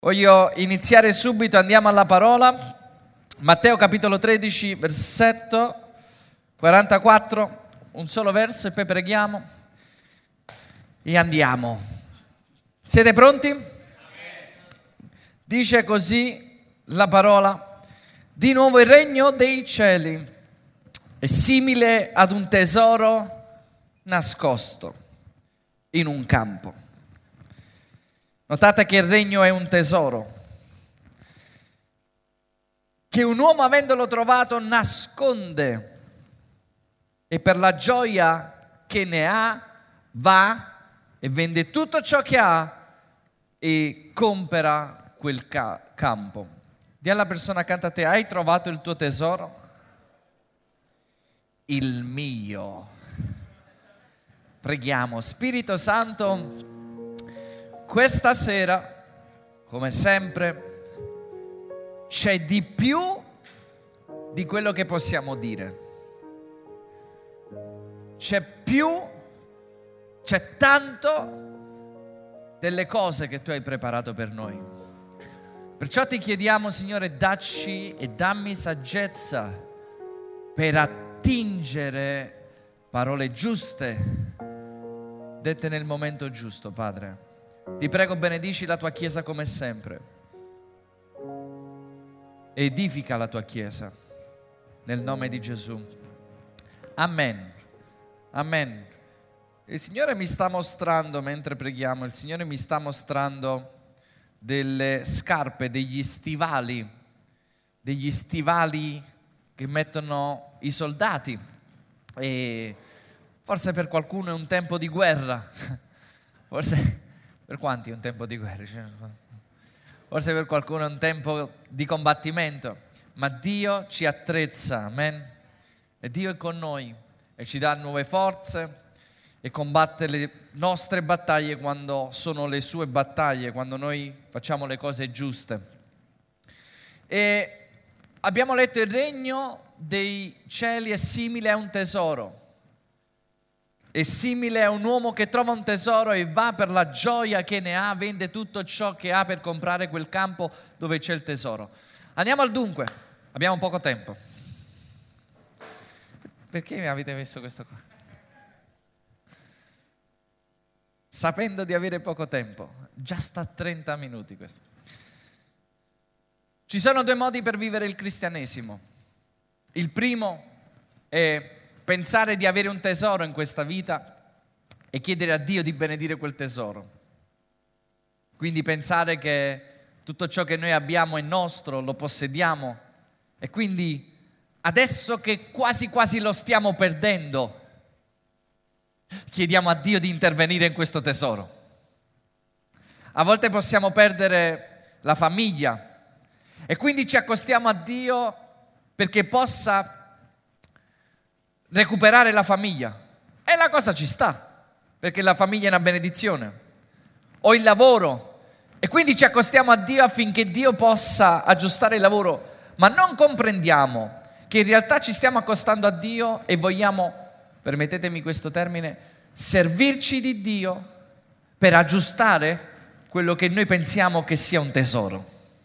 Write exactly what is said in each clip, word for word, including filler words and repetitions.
Voglio iniziare subito, andiamo alla parola. Matteo capitolo tredici, versetto quarantaquattro, un solo verso e poi preghiamo e andiamo. Siete pronti? Dice così la parola: di nuovo il regno dei cieli è simile ad un tesoro nascosto in un campo. Notate che il regno è un tesoro, che un uomo avendolo trovato nasconde e per la gioia che ne ha va e vende tutto ciò che ha e compra quel ca- campo. Dì alla persona accanto a te: hai trovato il tuo tesoro? Il mio. Preghiamo. Spirito Santo, questa sera, come sempre, c'è di più di quello che possiamo dire. C'è più, c'è tanto delle cose che tu hai preparato per noi. Perciò ti chiediamo, Signore, dacci e dammi saggezza per attingere parole giuste, dette nel momento giusto, Padre. Ti prego, benedici la tua Chiesa come sempre. Edifica la tua Chiesa nel nome di Gesù. Amen. Amen. Il Signore mi sta mostrando, mentre preghiamo, il Signore mi sta mostrando delle scarpe, degli stivali, degli stivali che mettono i soldati. E forse per qualcuno è un tempo di guerra. Forse per quanti è un tempo di guerra? Forse per qualcuno è un tempo di combattimento, ma Dio ci attrezza, amen? E Dio è con noi e ci dà nuove forze e combatte le nostre battaglie quando sono le sue battaglie, quando noi facciamo le cose giuste. E abbiamo letto: il regno dei cieli è simile a un tesoro. È simile a un uomo che trova un tesoro e va per la gioia che ne ha, vende tutto ciò che ha per comprare quel campo dove c'è il tesoro. Andiamo al dunque, abbiamo poco tempo. Perché mi avete messo questo qua? Sapendo di avere poco tempo, già sta a trenta minuti questo. Ci sono due modi per vivere il cristianesimo. Il primo è pensare di avere un tesoro in questa vita e chiedere a Dio di benedire quel tesoro. Quindi pensare che tutto ciò che noi abbiamo è nostro, lo possediamo, e quindi adesso che quasi quasi lo stiamo perdendo, chiediamo a Dio di intervenire in questo tesoro. A volte possiamo perdere la famiglia e quindi ci accostiamo a Dio perché possa recuperare la famiglia, e la cosa ci sta, perché la famiglia è una benedizione, o il lavoro, e quindi ci accostiamo a Dio affinché Dio possa aggiustare il lavoro, ma non comprendiamo che in realtà ci stiamo accostando a Dio e vogliamo, permettetemi questo termine, servirci di Dio per aggiustare quello che noi pensiamo che sia un tesoro.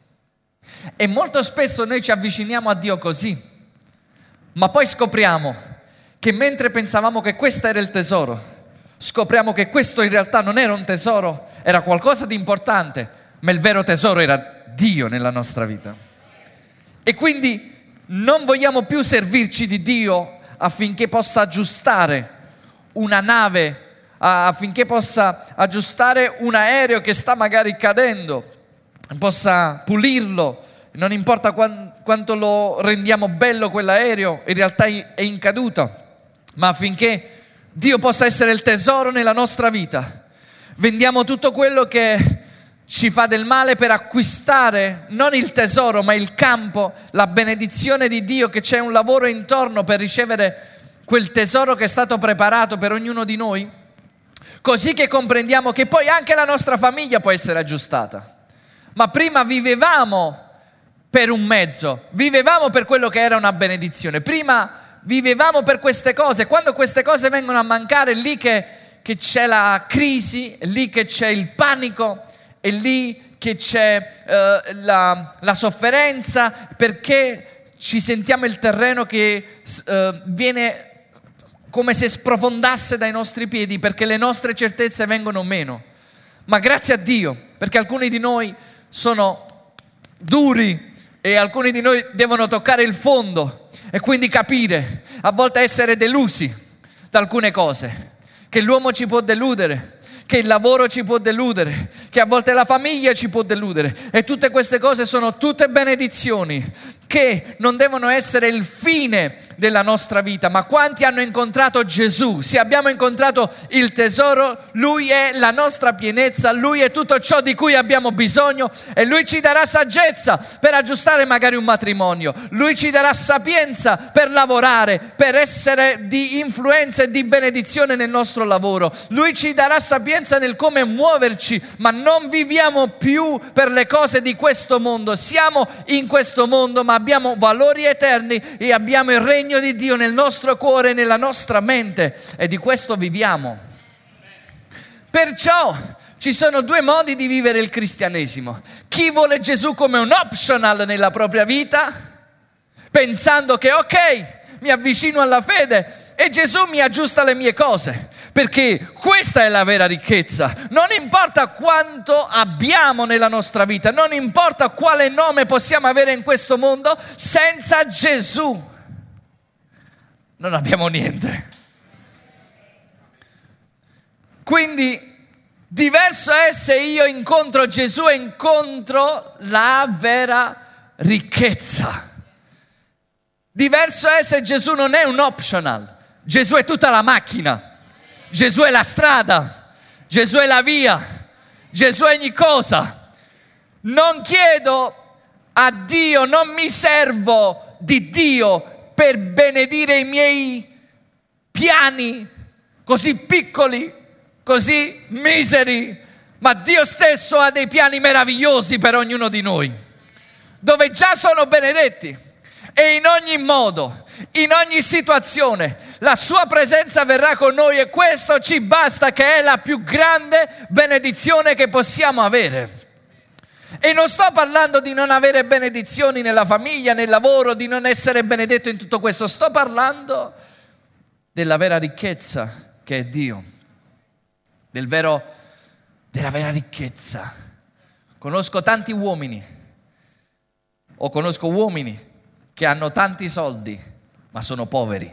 E molto spesso noi ci avviciniamo a Dio così, ma poi scopriamo che mentre pensavamo che questo era il tesoro, scopriamo che questo in realtà non era un tesoro, era qualcosa di importante, ma il vero tesoro era Dio nella nostra vita. E quindi non vogliamo più servirci di Dio affinché possa aggiustare una nave, affinché possa aggiustare un aereo che sta magari cadendo, possa pulirlo. Non importa quanto lo rendiamo bello quell'aereo, in realtà è in caduta. Ma affinché Dio possa essere il tesoro nella nostra vita, vendiamo tutto quello che ci fa del male per acquistare non il tesoro, ma il campo, la benedizione di Dio, che c'è un lavoro intorno per ricevere quel tesoro che è stato preparato per ognuno di noi, così che comprendiamo che poi anche la nostra famiglia può essere aggiustata. Ma prima vivevamo per un mezzo, vivevamo per quello che era una benedizione, prima vivevamo per queste cose. Quando queste cose vengono a mancare, è lì che, che c'è la crisi, è lì che c'è il panico, è lì che c'è eh, la, la sofferenza, perché ci sentiamo il terreno che eh, viene come se sprofondasse dai nostri piedi, perché le nostre certezze vengono meno. Ma grazie a Dio, perché alcuni di noi sono duri e alcuni di noi devono toccare il fondo e quindi capire, a volte essere delusi da alcune cose, che l'uomo ci può deludere, che il lavoro ci può deludere, che a volte la famiglia ci può deludere, e tutte queste cose sono tutte benedizioni che non devono essere il fine della nostra vita. Ma quanti hanno incontrato Gesù? Se abbiamo incontrato il tesoro, Lui è la nostra pienezza, Lui è tutto ciò di cui abbiamo bisogno, e Lui ci darà saggezza per aggiustare magari un matrimonio, Lui ci darà sapienza per lavorare, per essere di influenza e di benedizione nel nostro lavoro, Lui ci darà sapienza nel come muoverci, ma non viviamo più per le cose di questo mondo. Siamo in questo mondo, ma abbiamo valori eterni e abbiamo il regno di Dio nel nostro cuore, nella nostra mente, e di questo viviamo. Perciò ci sono due modi di vivere il cristianesimo: chi vuole Gesù come un optional nella propria vita, pensando che ok, mi avvicino alla fede e Gesù mi aggiusta le mie cose, perché questa è la vera ricchezza. Non importa quanto abbiamo nella nostra vita, non importa quale nome possiamo avere in questo mondo, senza Gesù non abbiamo niente. Quindi diverso è se io incontro Gesù e incontro la vera ricchezza. Diverso è se Gesù non è un optional. Gesù è tutta la macchina, Gesù è la strada, Gesù è la via, Gesù è ogni cosa. Non chiedo a Dio, non mi servo di Dio per benedire i miei piani così piccoli, così miseri, ma Dio stesso ha dei piani meravigliosi per ognuno di noi, dove già sono benedetti, e in ogni modo, in ogni situazione, la sua presenza verrà con noi, e questo ci basta, che è la più grande benedizione che possiamo avere. E non sto parlando di non avere benedizioni nella famiglia, nel lavoro, di non essere benedetto in tutto questo. Sto parlando della vera ricchezza che è Dio, del vero, della vera ricchezza. Conosco tanti uomini, o conosco uomini che hanno tanti soldi, ma sono poveri.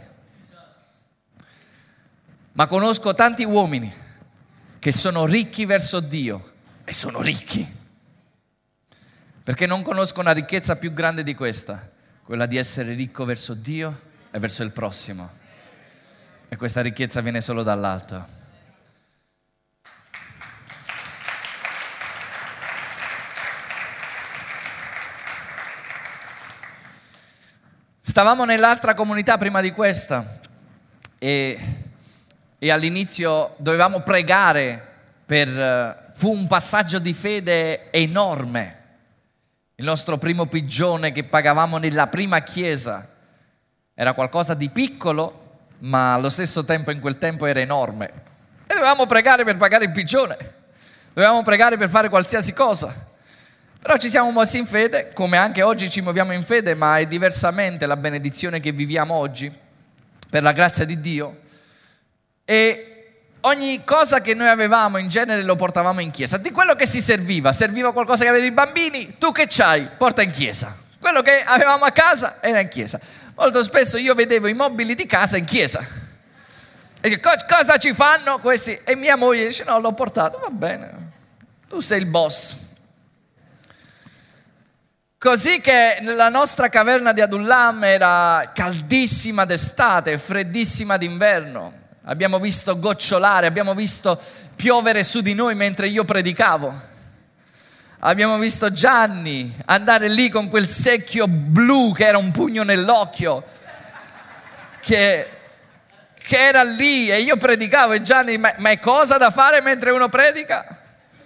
Ma conosco tanti uomini che sono ricchi verso Dio e sono ricchi, perché non conosco una ricchezza più grande di questa, quella di essere ricco verso Dio e verso il prossimo. E questa ricchezza viene solo dall'alto. Stavamo nell'altra comunità prima di questa e, e all'inizio dovevamo pregare per... Fu un passaggio di fede enorme. Il nostro primo pigione che pagavamo nella prima chiesa era qualcosa di piccolo, ma allo stesso tempo in quel tempo era enorme. E dovevamo pregare per pagare il pigione, dovevamo pregare per fare qualsiasi cosa. Però ci siamo mossi in fede, come anche oggi ci muoviamo in fede, ma è diversamente la benedizione che viviamo oggi, per la grazia di Dio. E ogni cosa che noi avevamo in genere lo portavamo in chiesa. Di quello che si serviva, serviva qualcosa che aveva i bambini, tu che c'hai? Porta in chiesa. Quello che avevamo a casa era in chiesa. Molto spesso io vedevo i mobili di casa in chiesa. E dico, cosa ci fanno questi? E mia moglie dice, no, l'ho portato, va bene, tu sei il boss. Così che la nostra caverna di Adullam era caldissima d'estate, freddissima d'inverno. Abbiamo visto gocciolare, abbiamo visto piovere su di noi mentre io predicavo. Abbiamo visto Gianni andare lì con quel secchio blu che era un pugno nell'occhio, che, che era lì e io predicavo e Gianni, ma, ma è cosa da fare mentre uno predica?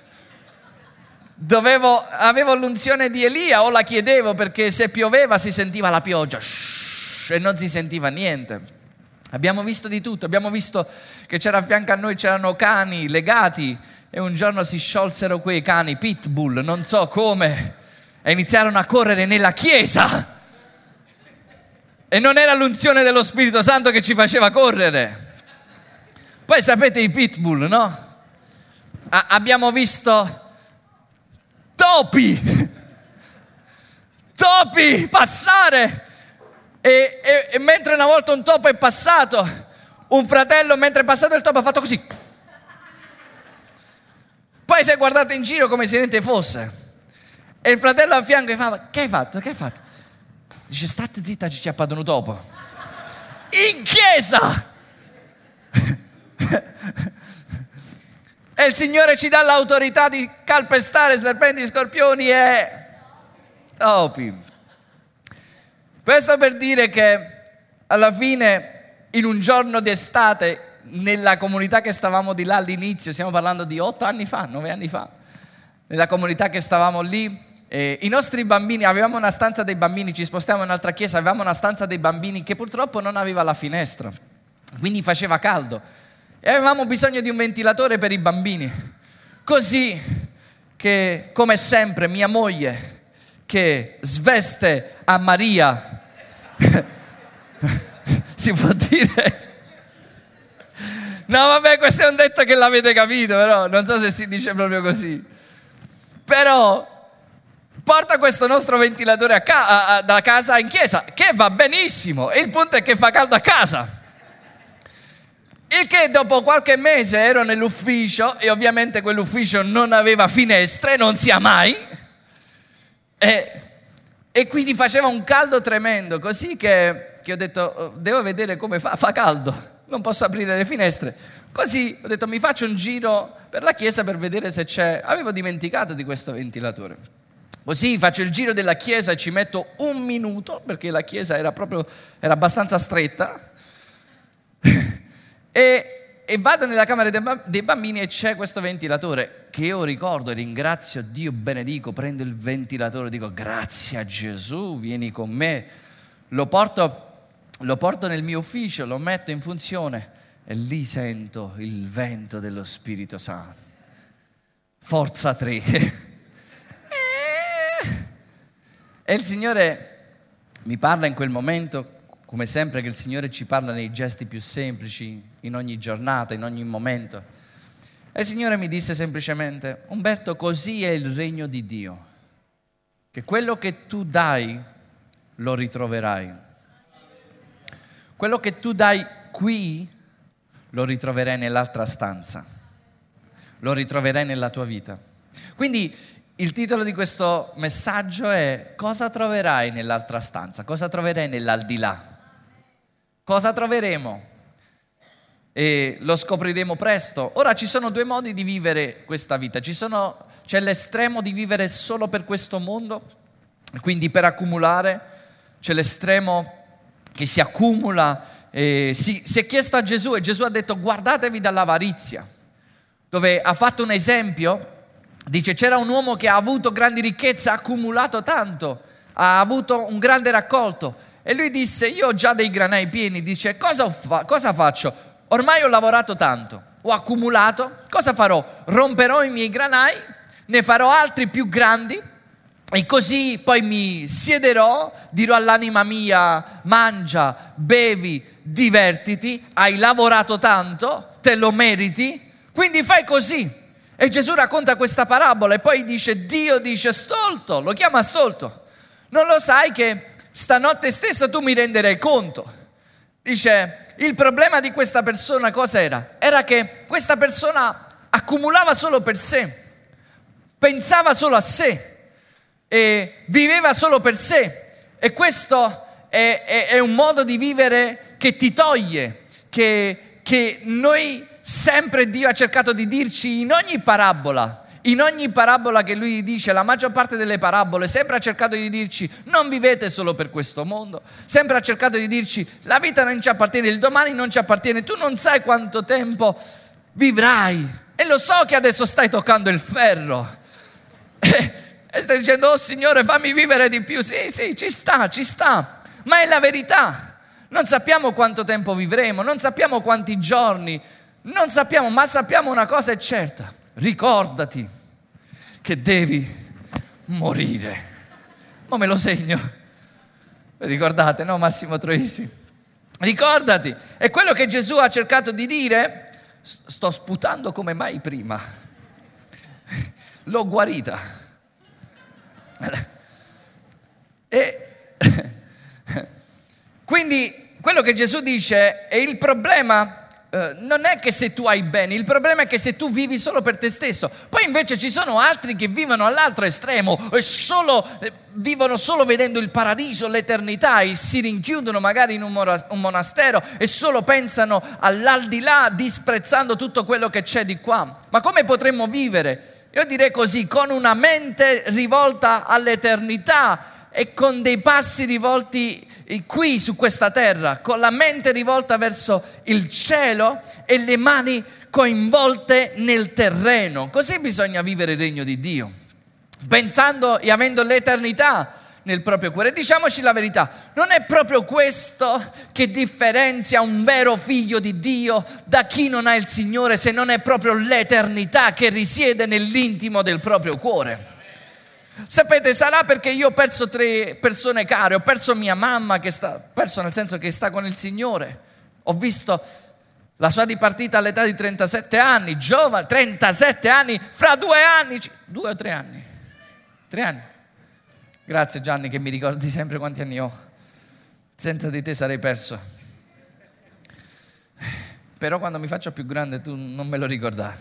Dovevo, avevo l'unzione di Elia o la chiedevo, perché se pioveva si sentiva la pioggia shhh, e non si sentiva niente. Abbiamo visto di tutto, abbiamo visto che c'era a fianco a noi, c'erano cani legati e un giorno si sciolsero quei cani pitbull, non so come, e iniziarono a correre nella chiesa. E non era l'unzione dello Spirito Santo che ci faceva correre. Poi sapete i pitbull, no? A- abbiamo visto topi, topi passare. E, e, e mentre una volta un topo è passato, un fratello mentre è passato il topo ha fatto così. Poi si è guardato in giro come se niente fosse. E il fratello a fianco gli fa: che hai fatto? Che hai fatto? Dice: state zitta, ci è un topo. In chiesa! E il Signore ci dà l'autorità di calpestare serpenti, scorpioni e topi. Questo per dire che alla fine, in un giorno d'estate, nella comunità che stavamo di là all'inizio, stiamo parlando di otto anni fa, nove anni fa, nella comunità che stavamo lì, eh, i nostri bambini, avevamo una stanza dei bambini, ci spostiamo in un'altra chiesa, avevamo una stanza dei bambini che purtroppo non aveva la finestra, quindi faceva caldo e avevamo bisogno di un ventilatore per i bambini, così che, come sempre, mia moglie, che sveste a Maria, si può dire? No, vabbè, questo è un detto che l'avete capito, però non so se si dice proprio così. Però porta questo nostro ventilatore a ca- a- a- da casa in chiesa, che va benissimo, e il punto è che fa caldo a casa. Il che dopo qualche mese ero nell'ufficio e ovviamente quell'ufficio non aveva finestre, non sia mai, e, e quindi faceva un caldo tremendo, così che, che ho detto: oh, devo vedere come fa, fa caldo, non posso aprire le finestre. Così ho detto: mi faccio un giro per la chiesa per vedere se c'è. Avevo dimenticato di questo ventilatore. Così faccio il giro della chiesa e ci metto un minuto, perché la chiesa era proprio, era abbastanza stretta. e, e vado nella camera dei bambini e c'è questo ventilatore che io ricordo e ringrazio Dio, benedico, prendo il ventilatore, dico: grazie a Gesù, vieni con me. Lo porto, lo porto nel mio ufficio, lo metto in funzione e lì sento il vento dello Spirito Santo. Forza tre. E il Signore mi parla in quel momento, come sempre che il Signore ci parla nei gesti più semplici, in ogni giornata, in ogni momento. E il Signore mi disse semplicemente: Umberto, così è il regno di Dio, che quello che tu dai lo ritroverai. Quello che tu dai qui lo ritroverai nell'altra stanza, lo ritroverai nella tua vita. Quindi il titolo di questo messaggio è: cosa troverai nell'altra stanza? Cosa troverai nell'aldilà? Cosa troveremo? E lo scopriremo presto. Ora ci sono due modi di vivere questa vita. Ci sono, c'è l'estremo di vivere solo per questo mondo, quindi per accumulare. C'è l'estremo che si accumula. Eh, si, si è chiesto a Gesù e Gesù ha detto: guardatevi dall'avarizia, dove ha fatto un esempio. Dice: c'era un uomo che ha avuto grandi ricchezze, ha accumulato tanto, ha avuto un grande raccolto. E lui disse: io ho già dei granai pieni. Dice: cosa, fa- cosa faccio? Ormai ho lavorato tanto, ho accumulato, cosa farò? Romperò i miei granai, ne farò altri più grandi e così poi mi siederò, dirò all'anima mia: mangia, bevi, divertiti, hai lavorato tanto, te lo meriti, quindi fai così. E Gesù racconta questa parabola e poi dice: Dio dice: stolto, lo chiama stolto, non lo sai che stanotte stessa tu mi renderai conto? Dice: il problema di questa persona cosa era? Era che questa persona accumulava solo per sé, pensava solo a sé e viveva solo per sé, e questo è, è, è un modo di vivere che ti toglie, che, che noi sempre Dio ha cercato di dirci in ogni parabola. In ogni parabola che lui dice, la maggior parte delle parabole, sempre ha cercato di dirci: non vivete solo per questo mondo. Sempre ha cercato di dirci: la vita non ci appartiene, il domani non ci appartiene, tu non sai quanto tempo vivrai. E lo so che adesso stai toccando il ferro e, e stai dicendo: oh Signore, fammi vivere di più. Sì, sì, ci sta, ci sta, ma è la verità. Non sappiamo quanto tempo vivremo, non sappiamo quanti giorni, non sappiamo, ma sappiamo una cosa è certa: ricordati che devi morire. Ma me lo segno. Ricordate, no? Massimo Troisi. Ricordati. E quello che Gesù ha cercato di dire, sto sputando come mai prima. L'ho guarita. E quindi quello che Gesù dice è il problema. Uh, non è che se tu hai bene, il problema è che se tu vivi solo per te stesso. Poi invece ci sono altri che vivono all'altro estremo e solo, eh, vivono solo vedendo il paradiso, l'eternità, e si rinchiudono magari in un, mora- un monastero e solo pensano all'aldilà, disprezzando tutto quello che c'è di qua. Ma come potremmo vivere? Io direi così, con una mente rivolta all'eternità e con dei passi rivolti qui su questa terra, con la mente rivolta verso il cielo e le mani coinvolte nel terreno. Così bisogna vivere il regno di Dio, pensando e avendo l'eternità nel proprio cuore. Diciamoci la verità, non è proprio questo che differenzia un vero figlio di Dio da chi non ha il Signore, se non è proprio l'eternità che risiede nell'intimo del proprio cuore. Sapete, sarà perché io ho perso tre persone care, ho perso mia mamma, che sta, perso nel senso che sta con il Signore, ho visto la sua dipartita all'età di trentasette anni, giovane, trentasette anni, fra due anni, due o tre anni, tre anni. Grazie Gianni che mi ricordi sempre quanti anni ho, senza di te sarei perso. Però quando mi faccio più grande tu non me lo ricordare.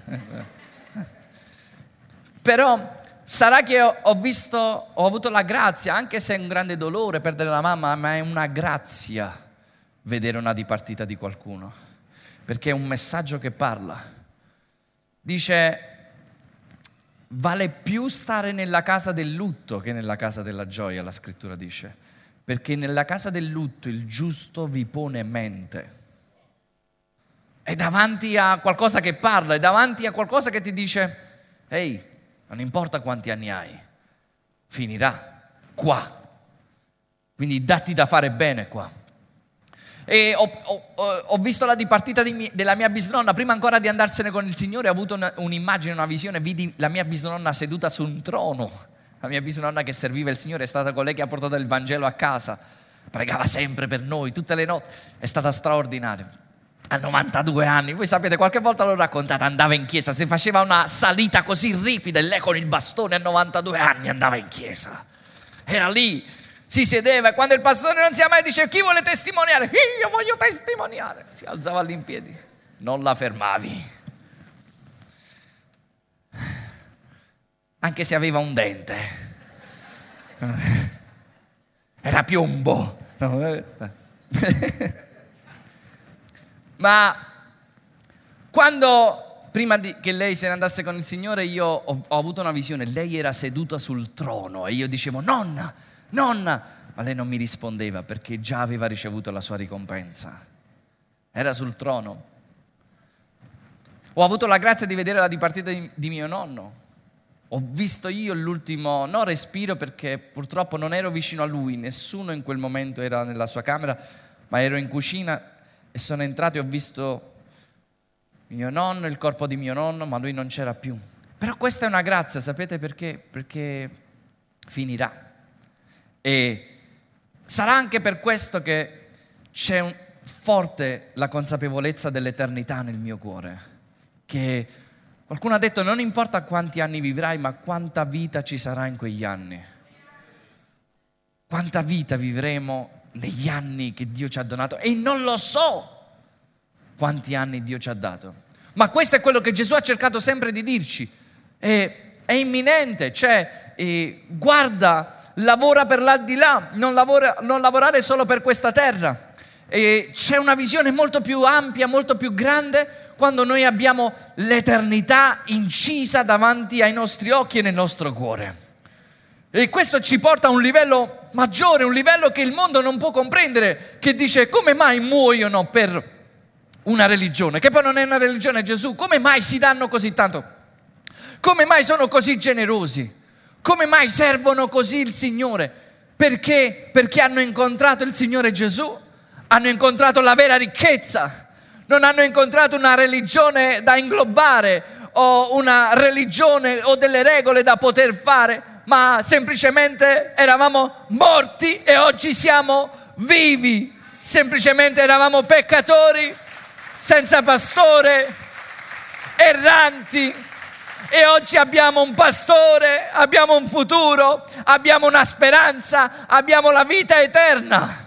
Però sarà che ho visto, ho avuto la grazia, anche se è un grande dolore perdere la mamma, ma è una grazia vedere una dipartita di qualcuno, perché è un messaggio che parla. Dice, vale più stare nella casa del lutto che nella casa della gioia, la scrittura dice, perché nella casa del lutto il giusto vi pone mente. È davanti a qualcosa che parla, è davanti a qualcosa che ti dice, ehi, non importa quanti anni hai, finirà qua. Quindi datti da fare bene qua. E ho, ho, ho visto la dipartita di mia, della mia bisnonna, prima ancora di andarsene con il Signore, ho avuto una, un'immagine, una visione, vidi la mia bisnonna seduta su un trono. La mia bisnonna che serviva il Signore, è stata colei che ha portato il Vangelo a casa, pregava sempre per noi, tutte le notti, è stata straordinaria. A novantadue anni, voi sapete, qualche volta l'ho raccontata, andava in chiesa, se faceva una salita così ripida e lei con il bastone a novantadue anni andava in chiesa, era lì, si sedeva e quando il pastore non si mai dice chi vuole testimoniare? Io voglio testimoniare, si alzava lì in piedi, non la fermavi, anche se aveva un dente, era piombo. Ma quando, prima di, che lei se ne andasse con il Signore, io ho, ho avuto una visione, lei era seduta sul trono e io dicevo nonna, nonna, ma lei non mi rispondeva perché già aveva ricevuto la sua ricompensa, era sul trono. Ho avuto la grazia di vedere la dipartita di, di mio nonno, ho visto io l'ultimo, no respiro perché purtroppo non ero vicino a lui, nessuno in quel momento era nella sua camera, ma ero in cucina. E sono entrato e ho visto mio nonno, il corpo di mio nonno, ma lui non c'era più. Però questa è una grazia, sapete perché? Perché finirà. E sarà anche per questo che c'è un, forte la consapevolezza dell'eternità nel mio cuore. Che qualcuno ha detto, non importa quanti anni vivrai, ma quanta vita ci sarà in quegli anni. Quanta vita vivremo negli anni che Dio ci ha donato, e non lo so quanti anni Dio ci ha dato, ma questo è quello che Gesù ha cercato sempre di dirci, è, è imminente, cioè eh, guarda, lavora per l'aldilà, non, lavora, non lavorare solo per questa terra, e c'è una visione molto più ampia, molto più grande quando noi abbiamo l'eternità incisa davanti ai nostri occhi e nel nostro cuore. E questo ci porta a un livello maggiore, un livello che il mondo non può comprendere, che dice come mai muoiono per una religione, che poi non è una religione, Gesù, come mai si danno così tanto? Come mai sono così generosi? Come mai servono così il Signore? Perché? Perché hanno incontrato il Signore Gesù, hanno incontrato la vera ricchezza, non hanno incontrato una religione da inglobare o una religione o delle regole da poter fare, ma semplicemente eravamo morti e oggi siamo vivi. Semplicemente eravamo peccatori, senza pastore, erranti, e oggi abbiamo un pastore, abbiamo un futuro, abbiamo una speranza, abbiamo la vita eterna.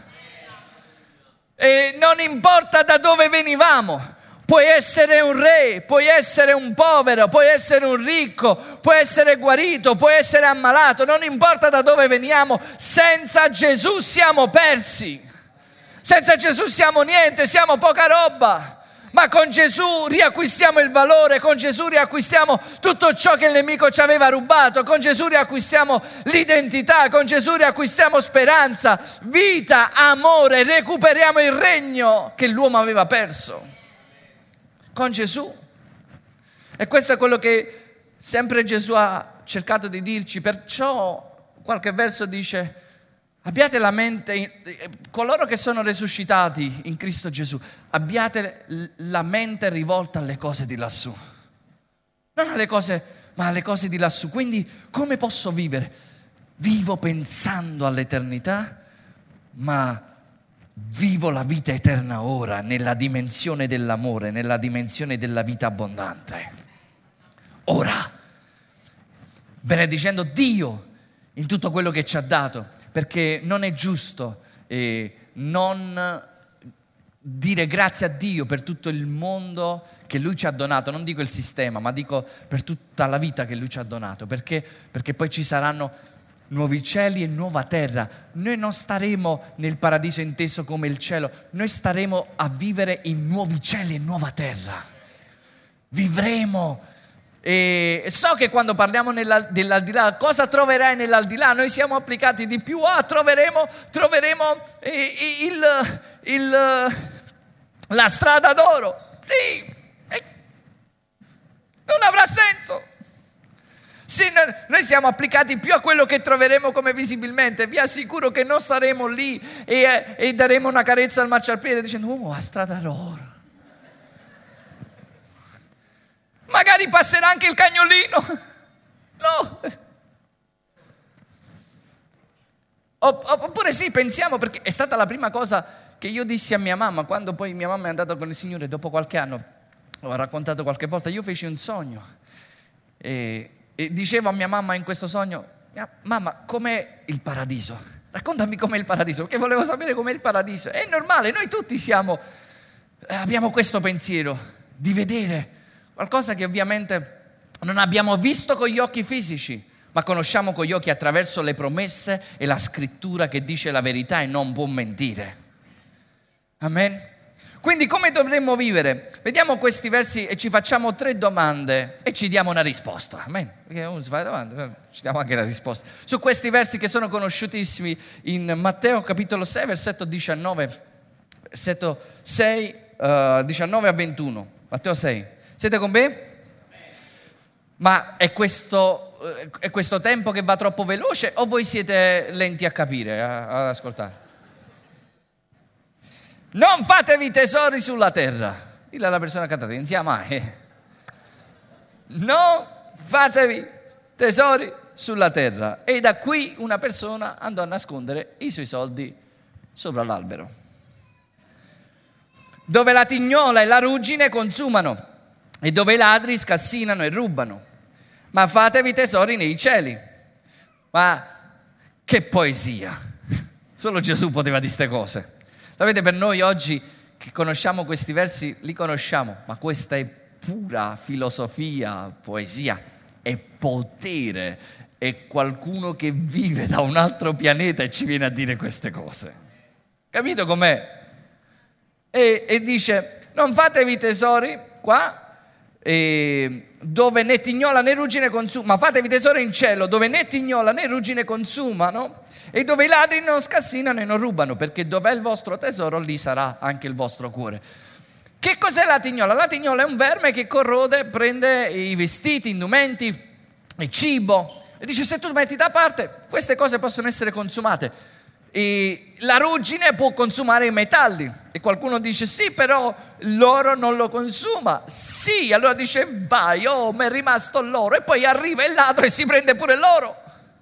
E non importa da dove venivamo, puoi essere un re, puoi essere un povero, puoi essere un ricco, puoi essere guarito, puoi essere ammalato, non importa da dove veniamo, senza Gesù siamo persi. Senza Gesù siamo niente, siamo poca roba. Ma con Gesù riacquistiamo il valore, con Gesù riacquistiamo tutto ciò che il nemico ci aveva rubato, con Gesù riacquistiamo l'identità, con Gesù riacquistiamo speranza, vita, amore, recuperiamo il regno che l'uomo aveva perso. Con Gesù. E questo è quello che sempre Gesù ha cercato di dirci, perciò qualche verso dice: abbiate la mente, coloro che sono resuscitati in Cristo Gesù, abbiate la mente rivolta alle cose di lassù, non alle cose, ma alle cose di lassù. Quindi come posso vivere? Vivo pensando all'eternità, ma vivo la vita eterna ora, nella dimensione dell'amore, nella dimensione della vita abbondante. Ora, benedicendo Dio in tutto quello che ci ha dato, perché non è giusto eh, non dire grazie a Dio per tutto il mondo che Lui ci ha donato, non dico il sistema, ma dico per tutta la vita che Lui ci ha donato, perché, perché poi ci saranno nuovi cieli e nuova terra. Noi non staremo nel paradiso inteso come il cielo, noi staremo a vivere in nuovi cieli e nuova terra. Vivremo. E so che quando parliamo dell'aldilà, cosa troverai nell'aldilà? Noi siamo applicati di più, ah, troveremo, troveremo il, il, la strada d'oro. Sì, non avrà senso. Sì, noi siamo applicati più a quello che troveremo come visibilmente. Vi assicuro che non staremo lì e, e daremo una carezza al marciapiede dicendo: oh, la strada d'oro. Magari passerà anche il cagnolino. No. Oppure sì, pensiamo, perché è stata la prima cosa che io dissi a mia mamma quando poi mia mamma è andata con il Signore dopo qualche anno. Ho raccontato qualche volta, io feci un sogno e, e dicevo a mia mamma in questo sogno: mamma, com'è il paradiso? Raccontami com'è il paradiso, perché volevo sapere com'è il paradiso. È normale, noi tutti siamo, abbiamo questo pensiero di vedere qualcosa che ovviamente non abbiamo visto con gli occhi fisici, ma conosciamo con gli occhi attraverso le promesse e la scrittura che dice la verità e non può mentire. Amen? Quindi come dovremmo vivere? Vediamo questi versi e ci facciamo tre domande e ci diamo una risposta. Amen? Perché uno si fa la domanda, ci diamo anche la risposta. Su questi versi che sono conosciutissimi in Matteo capitolo sei, versetto diciannove, versetto sei, uh, diciannove a ventuno. Matteo sei. Siete con me? Ma è questo, è questo tempo che va troppo veloce o voi siete lenti a capire, ad ascoltare? Non fatevi tesori sulla terra. Dille alla persona accanto, non sia mai. Non fatevi tesori sulla terra. E da qui una persona andò a nascondere i suoi soldi sopra l'albero, dove la tignola e la ruggine consumano e dove i ladri scassinano e rubano. Ma fatevi tesori nei cieli. Ma che poesia! Solo Gesù poteva dire queste cose. Sapete, per noi oggi che conosciamo questi versi, li conosciamo, ma questa è pura filosofia, poesia, è potere, è qualcuno che vive da un altro pianeta e ci viene a dire queste cose. Capito com'è? E, e dice: non fatevi tesori qua, Eh, dove né tignola né ruggine consuma, ma fatevi tesoro in cielo, dove né tignola né ruggine consumano e dove i ladri non scassinano e non rubano, perché dov'è il vostro tesoro lì sarà anche il vostro cuore. Che cos'è la tignola? La tignola è un verme che corrode, prende i vestiti, indumenti, il cibo e dice: se tu metti da parte, queste cose possono essere consumate. E la ruggine può consumare i metalli. E qualcuno dice sì, però l'oro non lo consuma. Sì, allora dice vai, oh, mi è rimasto l'oro. E poi arriva il ladro e si prende pure l'oro.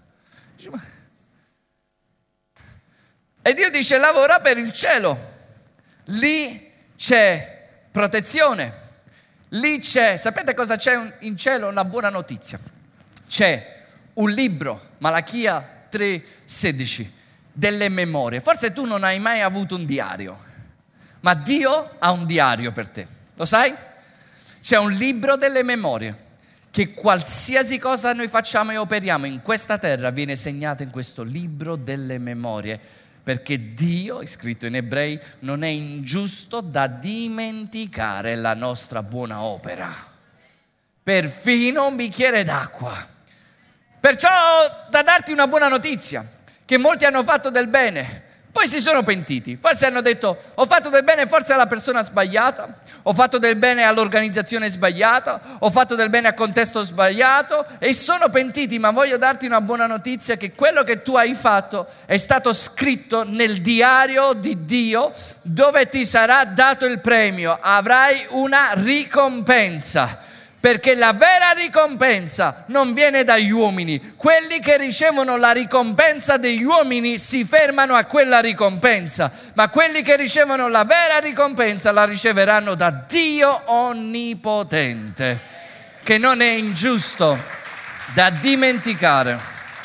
E Dio dice lavora per il cielo. Lì c'è protezione. Lì c'è, sapete cosa c'è in cielo? Una buona notizia. C'è un libro, Malachia tre sedici, delle memorie. Forse tu non hai mai avuto un diario, ma Dio ha un diario per te. Lo sai? C'è un libro delle memorie, che qualsiasi cosa noi facciamo e operiamo in questa terra viene segnato in questo libro delle memorie, perché Dio, è scritto in Ebrei, non è ingiusto da dimenticare la nostra buona opera. Perfino un bicchiere d'acqua. Perciò da darti una buona notizia, che molti hanno fatto del bene, poi si sono pentiti. Forse hanno detto, ho fatto del bene forse alla persona sbagliata, ho fatto del bene all'organizzazione sbagliata, ho fatto del bene al contesto sbagliato e sono pentiti, ma voglio darti una buona notizia che quello che tu hai fatto è stato scritto nel diario di Dio, dove ti sarà dato il premio, avrai una ricompensa. Perché la vera ricompensa non viene dagli uomini. Quelli che ricevono la ricompensa degli uomini si fermano a quella ricompensa, ma quelli che ricevono la vera ricompensa la riceveranno da Dio onnipotente, che non è ingiusto da dimenticare.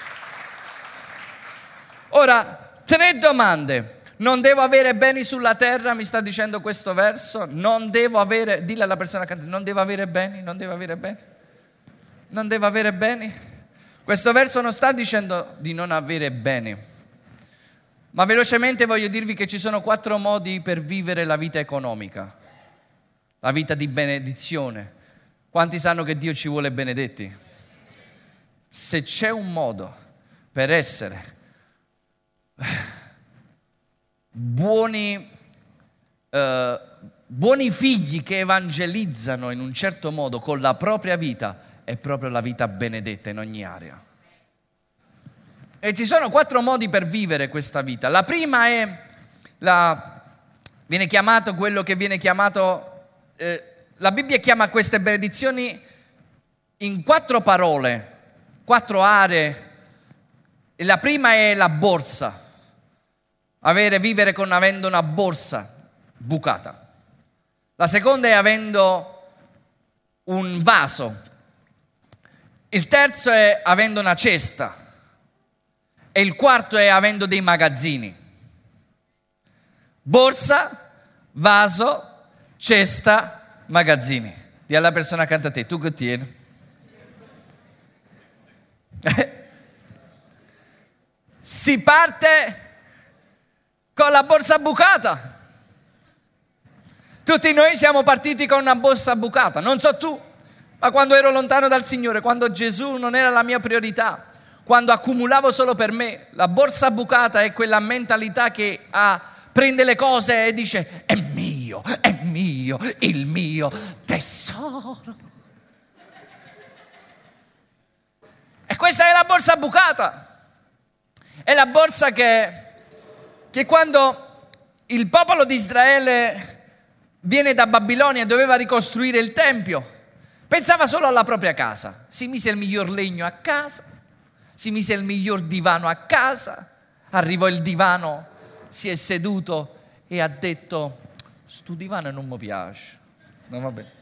Ora, tre domande. Non devo avere beni sulla terra, mi sta dicendo questo verso. Non devo avere, dille alla persona accanto, non devo avere beni, non devo avere beni. Non devo avere beni. Questo verso non sta dicendo di non avere beni. Ma velocemente voglio dirvi che ci sono quattro modi per vivere la vita economica, la vita di benedizione. Quanti sanno che Dio ci vuole benedetti? Se c'è un modo per essere buoni, eh, buoni figli che evangelizzano in un certo modo con la propria vita, è proprio la vita benedetta in ogni area. E ci sono quattro modi per vivere questa vita. La prima è, la, viene chiamato quello che viene chiamato, eh, la Bibbia chiama queste benedizioni in quattro parole, quattro aree. E la prima è la borsa. Avere, vivere con avendo una borsa bucata. La seconda è avendo un vaso. Il terzo è avendo una cesta. E il quarto è avendo dei magazzini. Borsa, vaso, cesta, magazzini. Dì alla persona accanto a te, tu che tieni? Si parte con la borsa bucata. Tutti noi siamo partiti con una borsa bucata. Non so tu, ma quando ero lontano dal Signore, quando Gesù non era la mia priorità, quando accumulavo solo per me, la borsa bucata è quella mentalità che ha, prende le cose e dice è mio, è mio, il mio tesoro. E questa è la borsa bucata. È la borsa che che quando il popolo di Israele viene da Babilonia e doveva ricostruire il Tempio, pensava solo alla propria casa. Si mise il miglior legno a casa, si mise il miglior divano a casa, arrivò il divano, si è seduto e ha detto, sto divano non mi piace, no, va bene.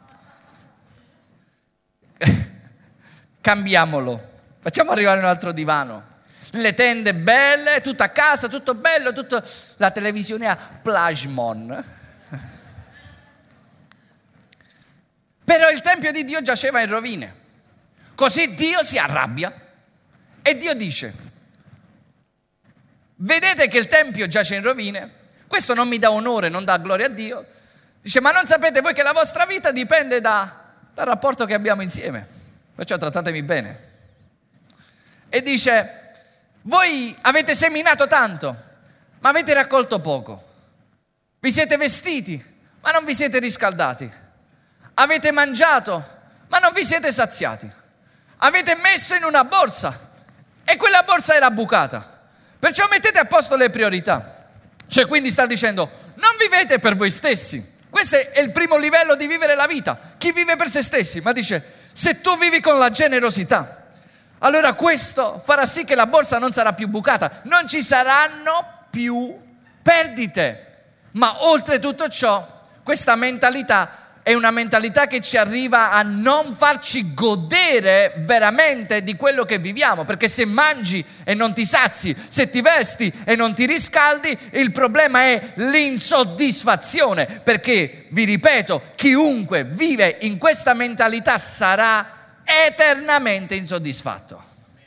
Cambiamolo, facciamo arrivare un altro divano. Le tende belle, tutto a casa, tutto bello, tutto, la televisione a plasmon. Però il Tempio di Dio giaceva in rovine. Così Dio si arrabbia e Dio dice, vedete che il Tempio giace in rovine? Questo non mi dà onore, non dà gloria a Dio. Dice, ma non sapete voi che la vostra vita dipende da, dal rapporto che abbiamo insieme? Perciò trattatemi bene. E dice, voi avete seminato tanto, ma avete raccolto poco. Vi siete vestiti, ma non vi siete riscaldati. Avete mangiato, ma non vi siete saziati. Avete messo in una borsa e quella borsa era bucata. Perciò mettete a posto le priorità. Cioè, quindi sta dicendo, non vivete per voi stessi. Questo è il primo livello di vivere la vita. Chi vive per se stessi? Ma dice, se tu vivi con la generosità, allora questo farà sì che la borsa non sarà più bucata, non ci saranno più perdite. Ma oltre tutto ciò, questa mentalità è una mentalità che ci arriva a non farci godere veramente di quello che viviamo, perché se mangi e non ti sazi, se ti vesti e non ti riscaldi, il problema è l'insoddisfazione, perché, vi ripeto, chiunque vive in questa mentalità sarà eternamente insoddisfatto.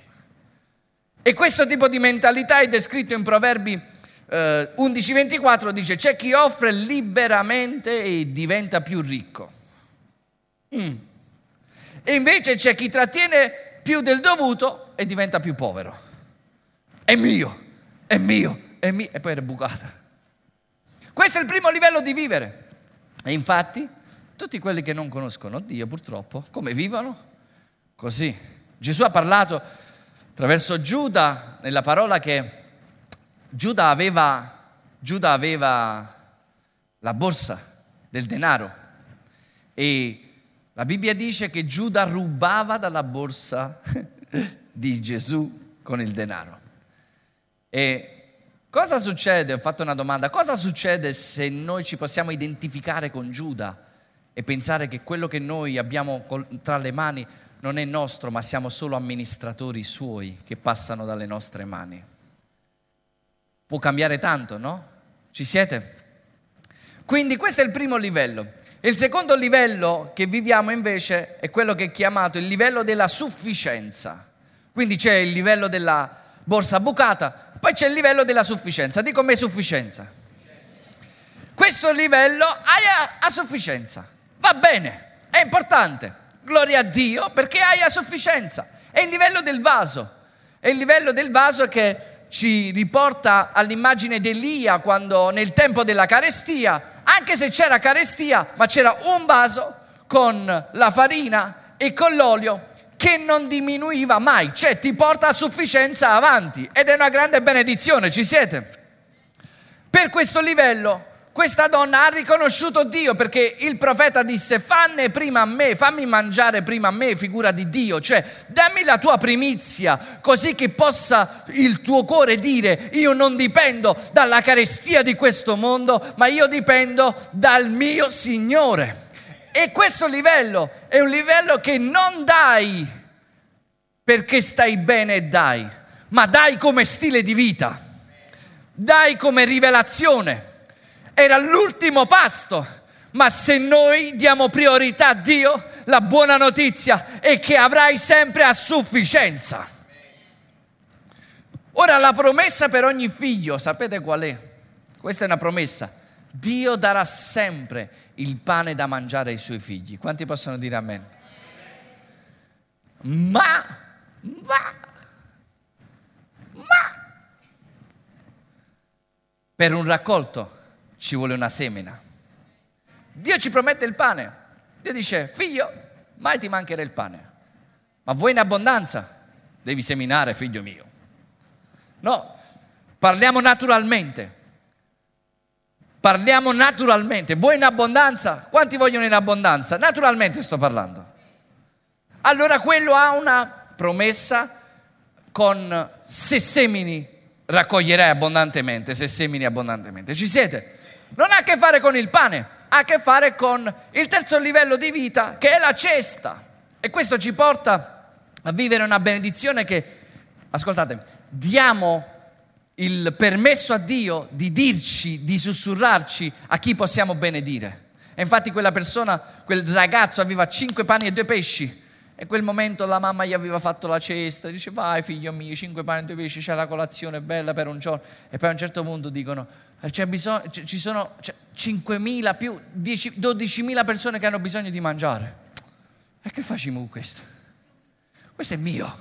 E questo tipo di mentalità è descritto in Proverbi Uh, undici ventiquattro, dice, c'è chi offre liberamente e diventa più ricco. Mm. E invece c'è chi trattiene più del dovuto e diventa più povero. È mio, è mio, è mio, e poi è bucata. Questo è il primo livello di vivere. E infatti, tutti quelli che non conoscono Dio, purtroppo, come vivono? Così. Gesù ha parlato attraverso Giuda, nella parola che Giuda aveva, Giuda aveva la borsa del denaro e la Bibbia dice che Giuda rubava dalla borsa di Gesù con il denaro. E cosa succede? Ho fatto una domanda. Cosa succede se noi ci possiamo identificare con Giuda e pensare che quello che noi abbiamo tra le mani non è nostro, ma siamo solo amministratori suoi che passano dalle nostre mani? Può cambiare tanto, no? Ci siete? Quindi questo è il primo livello. E il secondo livello che viviamo invece è quello che è chiamato il livello della sufficienza. Quindi c'è il livello della borsa bucata, poi c'è il livello della sufficienza. Dico a me sufficienza. Questo livello hai a, a sufficienza. Va bene, è importante. Gloria a Dio perché hai a sufficienza. È il livello del vaso. È il livello del vaso che ci riporta all'immagine di Elia quando nel tempo della carestia, anche se c'era carestia, ma c'era un vaso con la farina e con l'olio che non diminuiva mai, cioè ti porta a sufficienza avanti ed è una grande benedizione, ci siete? Per questo livello questa donna ha riconosciuto Dio perché il profeta disse fanne prima a me, fammi mangiare prima a me, figura di Dio, cioè dammi la tua primizia così che possa il tuo cuore dire io non dipendo dalla carestia di questo mondo ma io dipendo dal mio Signore. E questo livello è un livello che non dai perché stai bene e dai, ma dai come stile di vita, dai come rivelazione. Era l'ultimo pasto, ma se noi diamo priorità a Dio, la buona notizia è che avrai sempre a sufficienza. Ora la promessa per ogni figlio, sapete qual è? Questa è una promessa. Dio darà sempre il pane da mangiare ai suoi figli. Quanti possono dire amen? Ma, ma, ma, per un raccolto ci vuole una semina. Dio ci promette il pane. Dio dice, figlio, mai ti mancherà il pane. Ma vuoi in abbondanza? Devi seminare, figlio mio. No, parliamo naturalmente. Parliamo naturalmente. Vuoi in abbondanza? Quanti vogliono in abbondanza? Naturalmente sto parlando. Allora quello ha una promessa con se semini raccoglierai abbondantemente, se semini abbondantemente. Ci siete? Non ha a che fare con il pane, ha a che fare con il terzo livello di vita che è la cesta. E questo ci porta a vivere una benedizione che, ascoltatemi, diamo il permesso a Dio di dirci, di sussurrarci a chi possiamo benedire. E infatti quella persona, quel ragazzo aveva cinque pani e due pesci. E in quel momento la mamma gli aveva fatto la cesta, dice vai figlio mio, cinque pani e due pesci, c'è la colazione bella per un giorno. E poi a un certo punto dicono, c'è bisogno, ci sono cinquemila più dodicimila persone che hanno bisogno di mangiare. E che facciamo con questo? Questo è mio.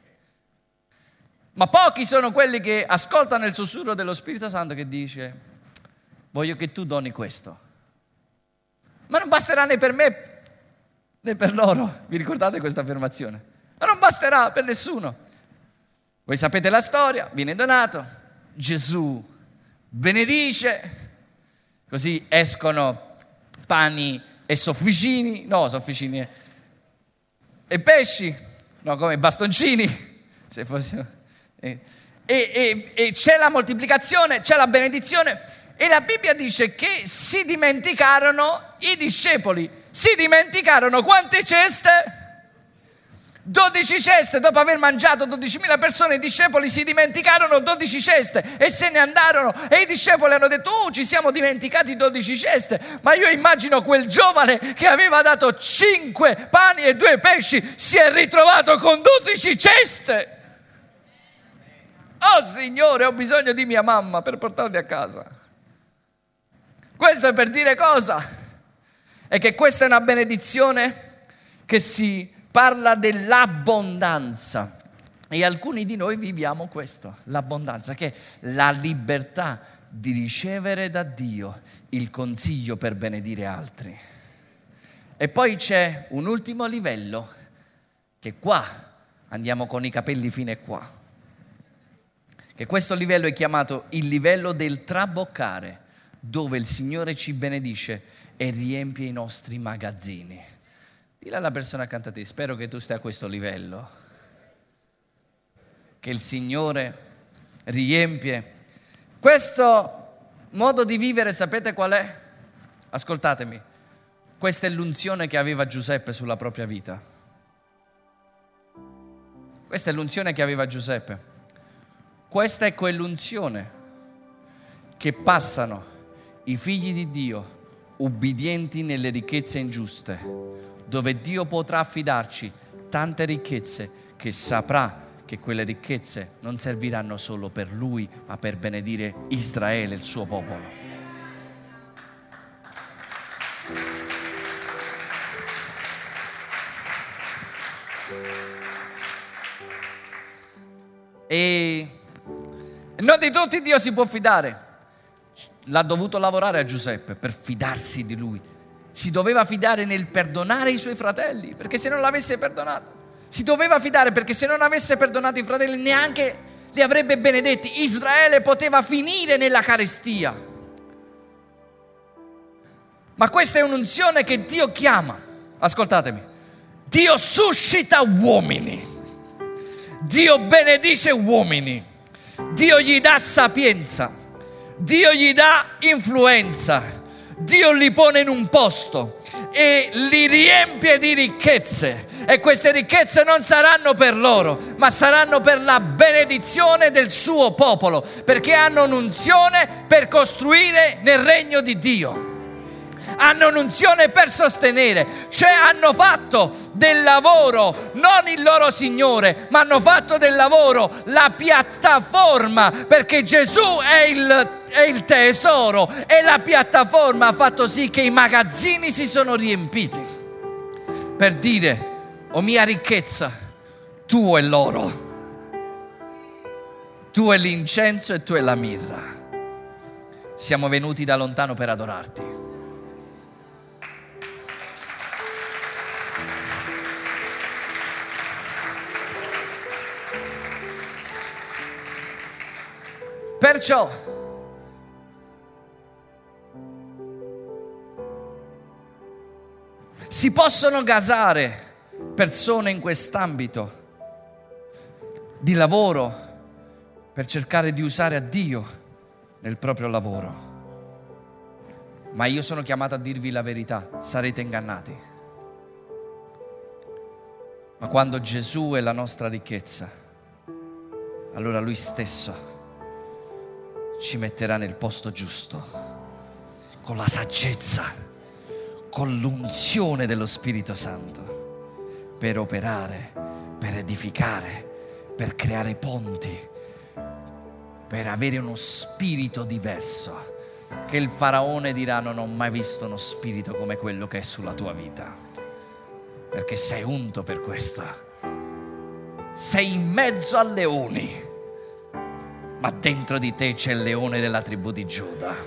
Ma pochi sono quelli che ascoltano il sussurro dello Spirito Santo che dice voglio che tu doni questo. Ma non basterà né per me né per loro. Vi ricordate questa affermazione? Ma non basterà per nessuno. Voi sapete la storia, viene donato, Gesù benedice, così escono pani e sofficini, no sofficini e, e pesci, no come bastoncini, se fossimo, e, e, e, e c'è la moltiplicazione, c'è la benedizione e la Bibbia dice che si dimenticarono i discepoli, si dimenticarono quante ceste? dodici ceste, dopo aver mangiato dodicimila persone, i discepoli si dimenticarono dodici ceste e se ne andarono e i discepoli hanno detto oh ci siamo dimenticati dodici ceste, ma io immagino quel giovane che aveva dato cinque pani e due pesci si è ritrovato con dodici ceste. Oh Signore, ho bisogno di mia mamma per portarli a casa. Questo è per dire cosa? È che questa è una benedizione che si parla dell'abbondanza e alcuni di noi viviamo questo, l'abbondanza, che è la libertà di ricevere da Dio il consiglio per benedire altri. E poi c'è un ultimo livello, che qua andiamo con i capelli fino a qua, che questo livello è chiamato il livello del traboccare, dove il Signore ci benedice e riempie i nostri magazzini. Dile alla persona accanto a te, spero che tu stia a questo livello, che il Signore riempie. Questo modo di vivere, sapete qual è? Ascoltatemi, questa è l'unzione che aveva Giuseppe sulla propria vita. Questa è l'unzione che aveva Giuseppe. Questa è quell'unzione che passano i figli di Dio ubbidienti nelle ricchezze ingiuste, dove Dio potrà affidarci tante ricchezze che saprà che quelle ricchezze non serviranno solo per Lui, ma per benedire Israele, il suo popolo. E non di tutti Dio si può fidare. L'ha dovuto lavorare a Giuseppe per fidarsi di lui. Si doveva fidare nel perdonare i suoi fratelli, perché se non l'avesse perdonato, si doveva fidare perché se non avesse perdonato i fratelli neanche li avrebbe benedetti. Israele poteva finire nella carestia. Ma questa è un'unzione che Dio chiama. Ascoltatemi. Dio suscita uomini. Dio benedice uomini. Dio gli dà sapienza. Dio gli dà influenza. Dio li pone in un posto e li riempie di ricchezze, e queste ricchezze non saranno per loro, ma saranno per la benedizione del suo popolo, perché hanno un'unzione per costruire nel regno di Dio. Hanno un'unzione per sostenere, cioè hanno fatto del lavoro non il loro Signore, ma hanno fatto del lavoro la piattaforma, perché Gesù è il, è il tesoro e la piattaforma ha fatto sì che i magazzini si sono riempiti per dire o mia ricchezza, tu è l'oro, tu è l'incenso e tu è la mirra. Siamo venuti da lontano per adorarti. Perciò si possono gasare persone in quest'ambito di lavoro per cercare di usare a Dio nel proprio lavoro. Ma io sono chiamato a dirvi la verità, sarete ingannati. Ma quando Gesù è la nostra ricchezza, allora Lui stesso ci metterà nel posto giusto, con la saggezza, con l'unzione dello Spirito Santo, per operare, per edificare, per creare ponti, per avere uno spirito diverso, che il faraone dirà: non ho mai visto uno spirito come quello che è sulla tua vita, perché sei unto per questo, sei in mezzo a leoni, ma dentro di te c'è il leone della tribù di Giuda.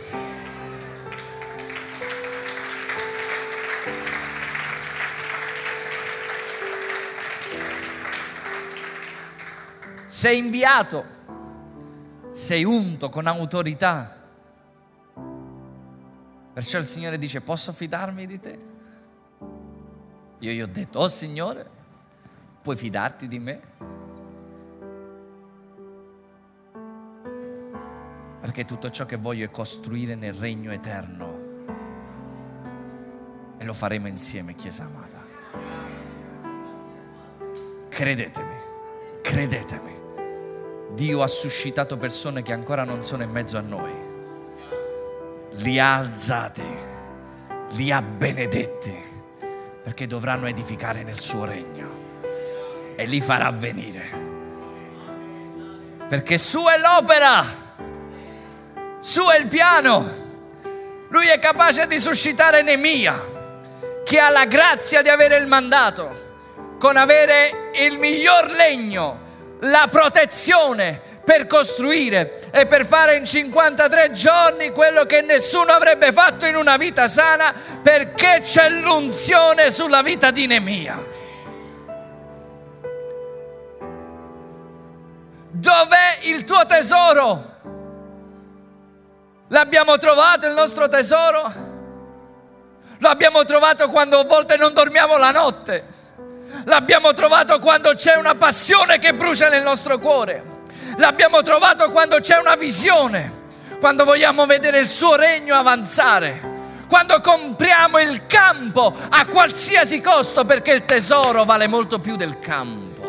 Sei inviato, sei unto con autorità. Perciò il Signore dice: posso fidarmi di te? Io gli ho detto: oh Signore, puoi fidarti di me? Perché tutto ciò che voglio è costruire nel regno eterno, e lo faremo insieme, Chiesa amata. Credetemi, credetemi, Dio ha suscitato persone che ancora non sono in mezzo a noi, li ha alzati, li ha benedetti, perché dovranno edificare nel suo regno e li farà venire, perché sua è l'opera, suo è il piano. Lui è capace di suscitare Neemia, che ha la grazia di avere il mandato, con avere il miglior legno, la protezione per costruire e per fare in cinquantatré giorni quello che nessuno avrebbe fatto in una vita sana, perché c'è l'unzione sulla vita di Neemia. Dov'è il tuo tesoro? L'abbiamo trovato il nostro tesoro? Lo abbiamo trovato quando a volte non dormiamo la notte. L'abbiamo trovato quando c'è una passione che brucia nel nostro cuore. L'abbiamo trovato quando c'è una visione, quando vogliamo vedere il suo regno avanzare, quando compriamo il campo a qualsiasi costo, perché il tesoro vale molto più del campo.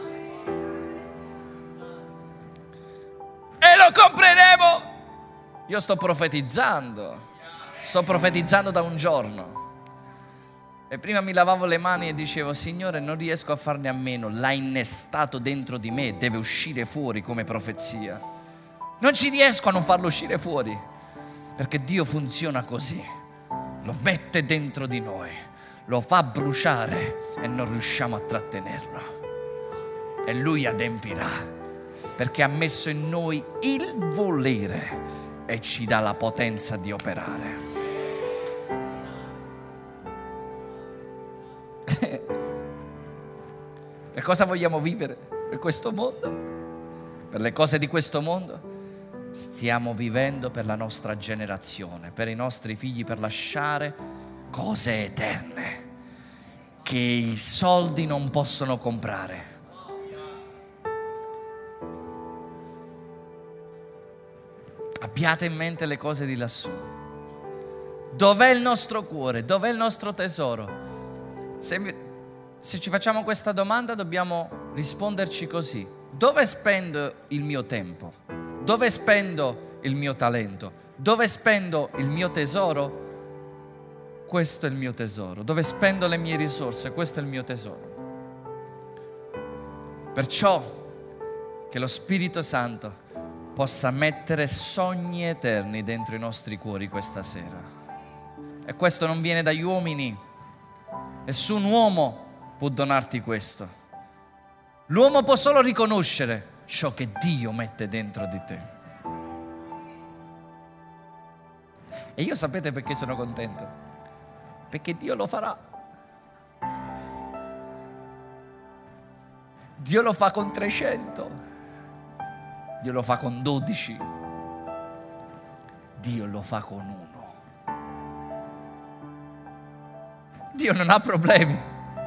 E lo compreremo. Io sto profetizzando, sto profetizzando da un giorno. E prima mi lavavo le mani e dicevo: Signore, non riesco a farne a meno, l'ha innestato dentro di me, deve uscire fuori come profezia. Non ci riesco a non farlo uscire fuori, perché Dio funziona così, lo mette dentro di noi, lo fa bruciare e non riusciamo a trattenerlo. E Lui adempirà, perché ha messo in noi il volere e ci dà la potenza di operare. Per cosa vogliamo vivere? Per questo mondo? Per le cose di questo mondo? Stiamo vivendo per la nostra generazione, per i nostri figli, per lasciare cose eterne che i soldi non possono comprare. Abbiate in mente le cose di lassù. Dov'è il nostro cuore? Dov'è il nostro tesoro? Se, se ci facciamo questa domanda dobbiamo risponderci così: dove spendo il mio tempo? Dove spendo il mio talento? Dove spendo il mio tesoro? Questo è il mio tesoro. Dove spendo le mie risorse? Questo è il mio tesoro. Perciò che lo Spirito Santo possa mettere sogni eterni dentro i nostri cuori questa sera. E questo non viene dagli uomini. Nessun uomo può donarti questo. L'uomo può solo riconoscere ciò che Dio mette dentro di te. E io sapete perché sono contento? Perché Dio lo farà. Dio lo fa con trecento. Dio lo fa con dodici. Dio lo fa con uno. Dio non ha problemi.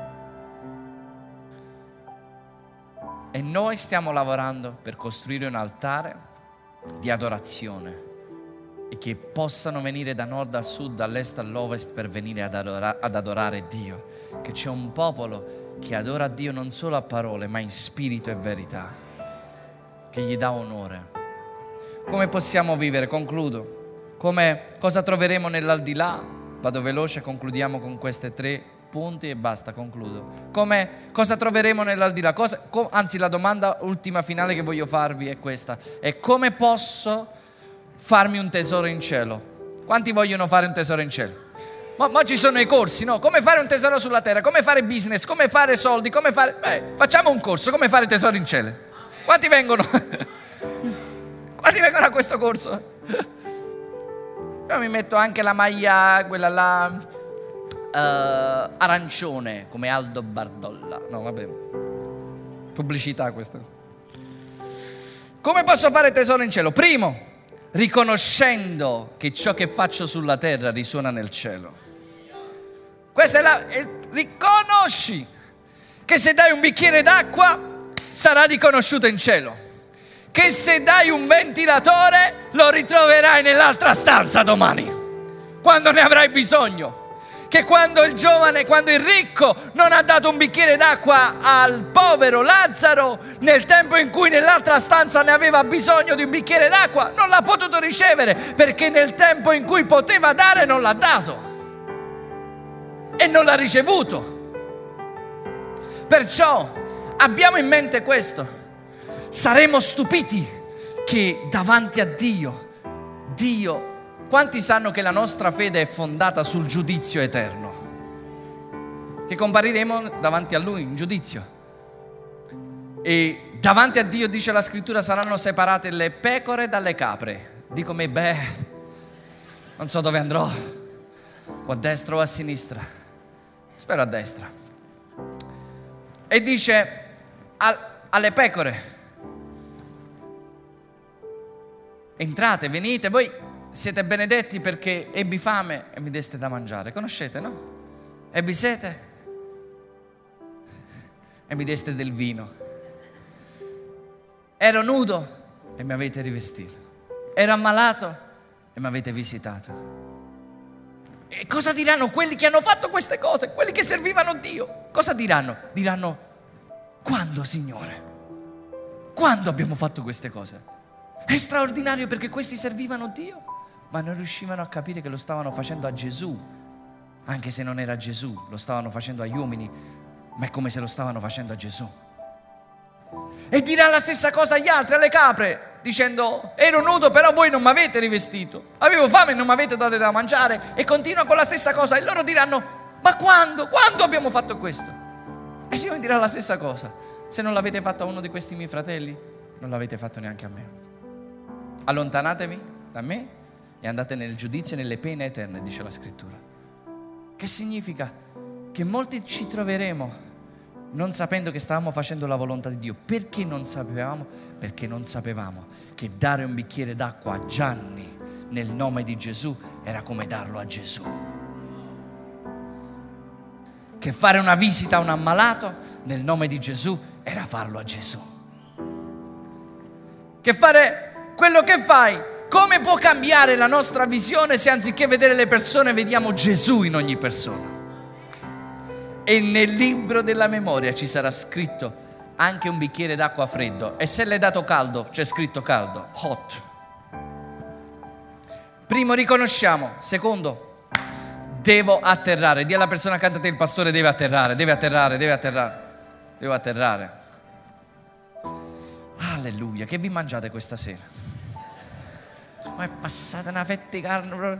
E noi stiamo lavorando per costruire un altare di adorazione, e che possano venire da nord a sud, dall'est all'ovest, per venire ad, adora- ad adorare Dio. Che c'è un popolo che adora Dio non solo a parole, ma in spirito e verità, che gli dà onore. Come possiamo vivere? Concludo. Come, cosa troveremo nell'aldilà? Vado veloce, concludiamo con questi tre punti e basta, concludo. Come, cosa troveremo nell'aldilà? Cosa, co, anzi, la domanda ultima finale che voglio farvi è questa: è come posso farmi un tesoro in cielo? Quanti vogliono fare un tesoro in cielo? Ma, ma ci sono i corsi, no? Come fare un tesoro sulla terra? Come fare business? Come fare soldi? Come fare... Beh, facciamo un corso, come fare tesoro in cielo. Quanti vengono? Quanti vengono a questo corso? Io mi metto anche la maglia, quella là, uh, arancione, come Aldo Bardolla. No, vabbè, pubblicità questa. Come posso fare tesoro in cielo? Primo, riconoscendo che ciò che faccio sulla terra risuona nel cielo. Questo è la... È, riconosci che se dai un bicchiere d'acqua sarà riconosciuto in cielo. Che se dai un ventilatore lo ritroverai nell'altra stanza domani, quando ne avrai bisogno. Che quando il giovane, quando il ricco non ha dato un bicchiere d'acqua al povero Lazzaro, nel tempo in cui nell'altra stanza ne aveva bisogno di un bicchiere d'acqua, non l'ha potuto ricevere, perché nel tempo in cui poteva dare non l'ha dato e non l'ha ricevuto. Perciò abbiamo in mente questo. Saremo stupiti che davanti a Dio, Dio... Quanti sanno che la nostra fede è fondata sul giudizio eterno? Che compariremo davanti a Lui in giudizio. E davanti a Dio, dice la scrittura, saranno separate le pecore dalle capre. Dico me, beh, non so dove andrò, o a destra o a sinistra. Spero a destra. E dice a, alle pecore: entrate, venite, voi siete benedetti perché ebbi fame e mi deste da mangiare. Conoscete, no? Ebbi sete e mi deste del vino. Ero nudo e mi avete rivestito. Ero ammalato e mi avete visitato. E cosa diranno quelli che hanno fatto queste cose? Quelli che servivano Dio? Cosa diranno? Diranno: quando, Signore? Quando abbiamo fatto queste cose? È straordinario, perché questi servivano Dio, ma non riuscivano a capire che lo stavano facendo a Gesù. Anche se non era Gesù, lo stavano facendo agli uomini, ma è come se lo stavano facendo a Gesù. E dirà la stessa cosa agli altri, alle capre, dicendo: ero nudo però voi non mi avete rivestito, avevo fame e non mi avete dato da mangiare. E continua con la stessa cosa, e loro diranno: ma quando? Quando abbiamo fatto questo? E il Signore dirà la stessa cosa: se non l'avete fatto a uno di questi miei fratelli, non l'avete fatto neanche a me. Allontanatevi da me e andate nel giudizio e nelle pene eterne, dice la scrittura. Che significa? Che molti ci troveremo non sapendo che stavamo facendo la volontà di Dio. Perché non sapevamo? Perché non sapevamo che dare un bicchiere d'acqua a Gianni nel nome di Gesù era come darlo a Gesù. Che fare una visita a un ammalato nel nome di Gesù era farlo a Gesù. Che fare quello che fai, come può cambiare la nostra visione se anziché vedere le persone vediamo Gesù in ogni persona? E nel libro della memoria ci sarà scritto anche un bicchiere d'acqua freddo, e se l'hai dato caldo c'è scritto caldo, hot. Primo, riconosciamo. Secondo, devo atterrare. Dì alla persona accanto a te: il pastore deve atterrare, deve atterrare, deve atterrare, devo atterrare. Alleluia. Che vi mangiate questa sera? Ma è passata una fetta di carne,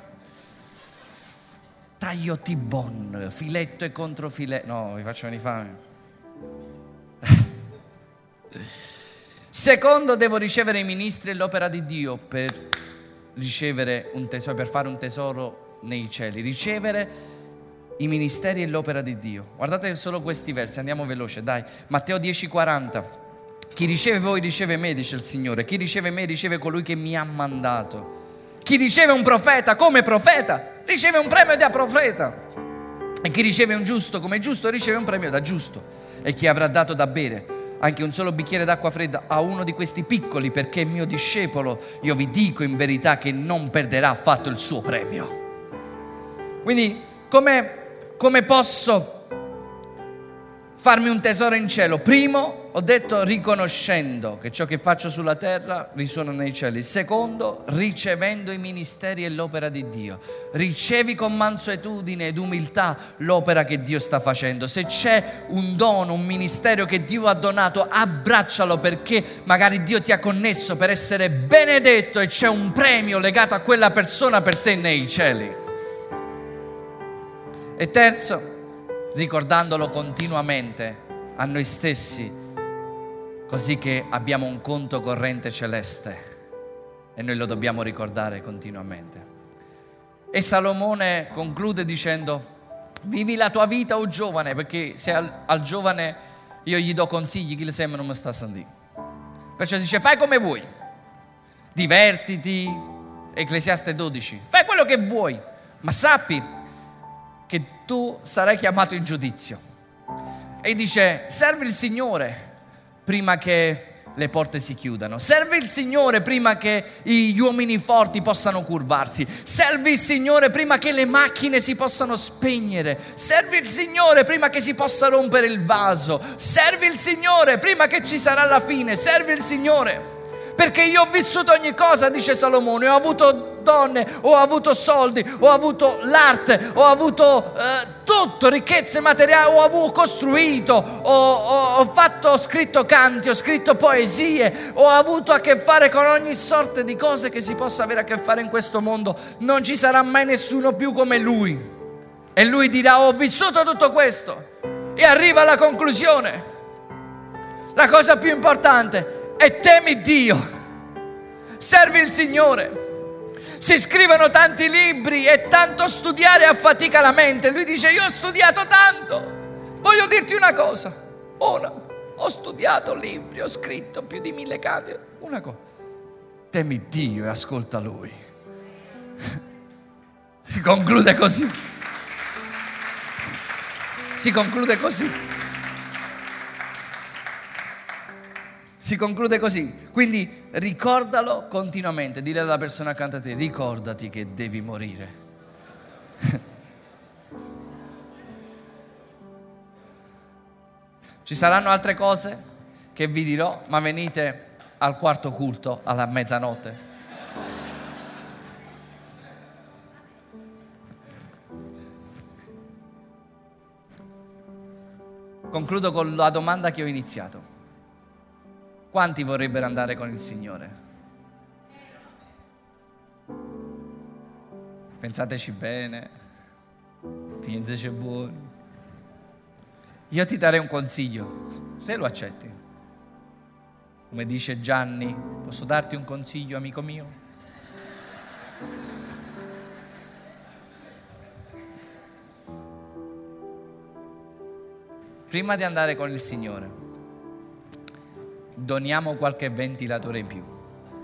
taglio T-bone, filetto e controfiletto. No, vi faccio venire fame. Secondo, devo ricevere i ministri e l'opera di Dio per ricevere un tesoro, per fare un tesoro nei cieli. Ricevere i ministeri e l'opera di Dio. Guardate solo questi versi, andiamo veloce, dai. Matteo dieci quaranta. Chi riceve voi riceve me, dice il Signore. Chi riceve me riceve colui che mi ha mandato. Chi riceve un profeta come profeta riceve un premio da profeta. E chi riceve un giusto come giusto riceve un premio da giusto. E chi avrà dato da bere anche un solo bicchiere d'acqua fredda a uno di questi piccoli, perché è mio discepolo, io vi dico in verità che non perderà affatto il suo premio. Quindi come, come posso farmi un tesoro in cielo? Primo, ho detto, riconoscendo che ciò che faccio sulla terra risuona nei cieli. Secondo, ricevendo i ministeri e l'opera di Dio. Ricevi con mansuetudine ed umiltà l'opera che Dio sta facendo. Se c'è un dono, un ministero che Dio ha donato, abbraccialo, perché magari Dio ti ha connesso per essere benedetto e c'è un premio legato a quella persona per te nei cieli. E terzo, ricordandolo continuamente a noi stessi, così che abbiamo un conto corrente celeste e noi lo dobbiamo ricordare continuamente. E Salomone conclude dicendo: vivi la tua vita, o giovane, perché se al, al giovane io gli do consigli, chi le sembra non mi sta a sentire. Perciò dice: fai come vuoi, divertiti, Ecclesiaste dodici, fai quello che vuoi, ma sappi che tu sarai chiamato in giudizio. E dice: servi il Signore prima che le porte si chiudano, servi il Signore prima che gli uomini forti possano curvarsi, servi il Signore prima che le macchine si possano spegnere, servi il Signore prima che si possa rompere il vaso, servi il Signore prima che ci sarà la fine, servi il Signore. Perché io ho vissuto ogni cosa, dice Salomone, ho avuto donne, ho avuto soldi, ho avuto l'arte, ho avuto eh, tutto, ricchezze materiali, ho, avuto, costruito, ho, ho, ho fatto, ho scritto canti, ho scritto poesie, ho avuto a che fare con ogni sorta di cose che si possa avere a che fare in questo mondo. Non ci sarà mai nessuno più come lui. E lui dirà: ho vissuto tutto questo. E arriva alla conclusione: la cosa più importante e temi Dio, servi il Signore. Si scrivono tanti libri e tanto studiare affatica la mente. Lui dice: io ho studiato tanto, voglio dirti una cosa, ora ho studiato libri, ho scritto più di mille canti, una cosa, temi Dio e ascolta Lui. Si conclude così, si conclude così. Si conclude così. Quindi ricordalo continuamente. Dile alla persona accanto a te: ricordati che devi morire. Ci saranno altre cose che vi dirò, ma venite al quarto culto alla mezzanotte. Concludo con la domanda che ho iniziato. Quanti vorrebbero andare con il Signore? Pensateci bene, pensaci buono. Io ti darei un consiglio, se lo accetti. Come dice Gianni, posso darti un consiglio, amico mio? Prima di andare con il Signore, doniamo qualche ventilatore in più,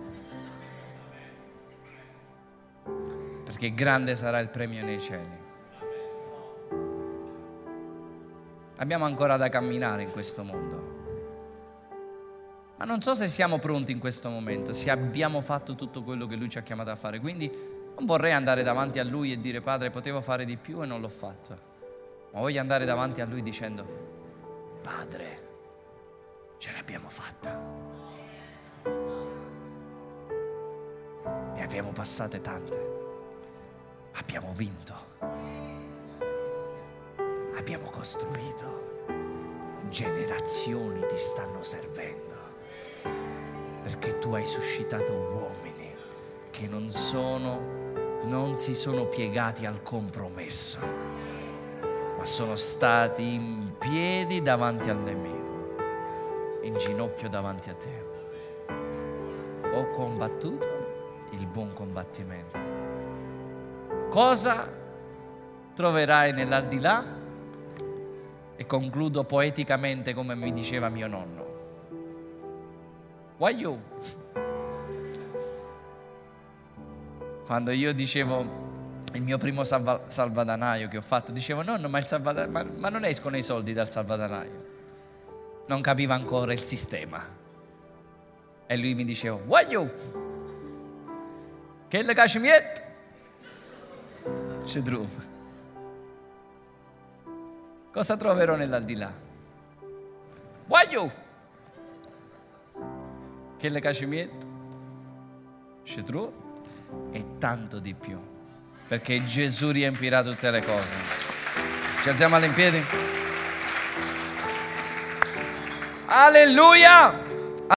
perché grande sarà il premio nei cieli. Abbiamo ancora da camminare in questo mondo, ma non so se siamo pronti in questo momento, se abbiamo fatto tutto quello che Lui ci ha chiamato a fare. Quindi non vorrei andare davanti a Lui e dire: Padre, potevo fare di più e non l'ho fatto, ma voglio andare davanti a Lui dicendo: Padre, ce l'abbiamo fatta, ne abbiamo passate tante, abbiamo vinto, abbiamo costruito, generazioni ti stanno servendo, perché tu hai suscitato uomini che non sono, non si sono piegati al compromesso, ma sono stati in piedi davanti al nemico, in ginocchio davanti a te. Ho combattuto il buon combattimento. Cosa troverai nell'aldilà? E concludo poeticamente come mi diceva mio nonno: Why you? Quando io dicevo il mio primo salva, salvadanaio che ho fatto, dicevo: nonno, ma, il salvadanaio, ma, ma non escono i soldi dal salvadanaio. Non capiva ancora il sistema. E lui mi diceva: Why you? Che le cacimiette? Ci trovo. Cosa troverò nell'aldilà? Why you? Che le cacimiette? Ci trovo. E tanto di più, perché Gesù riempirà tutte le cose. Ci alziamo in piedi. Alleluia!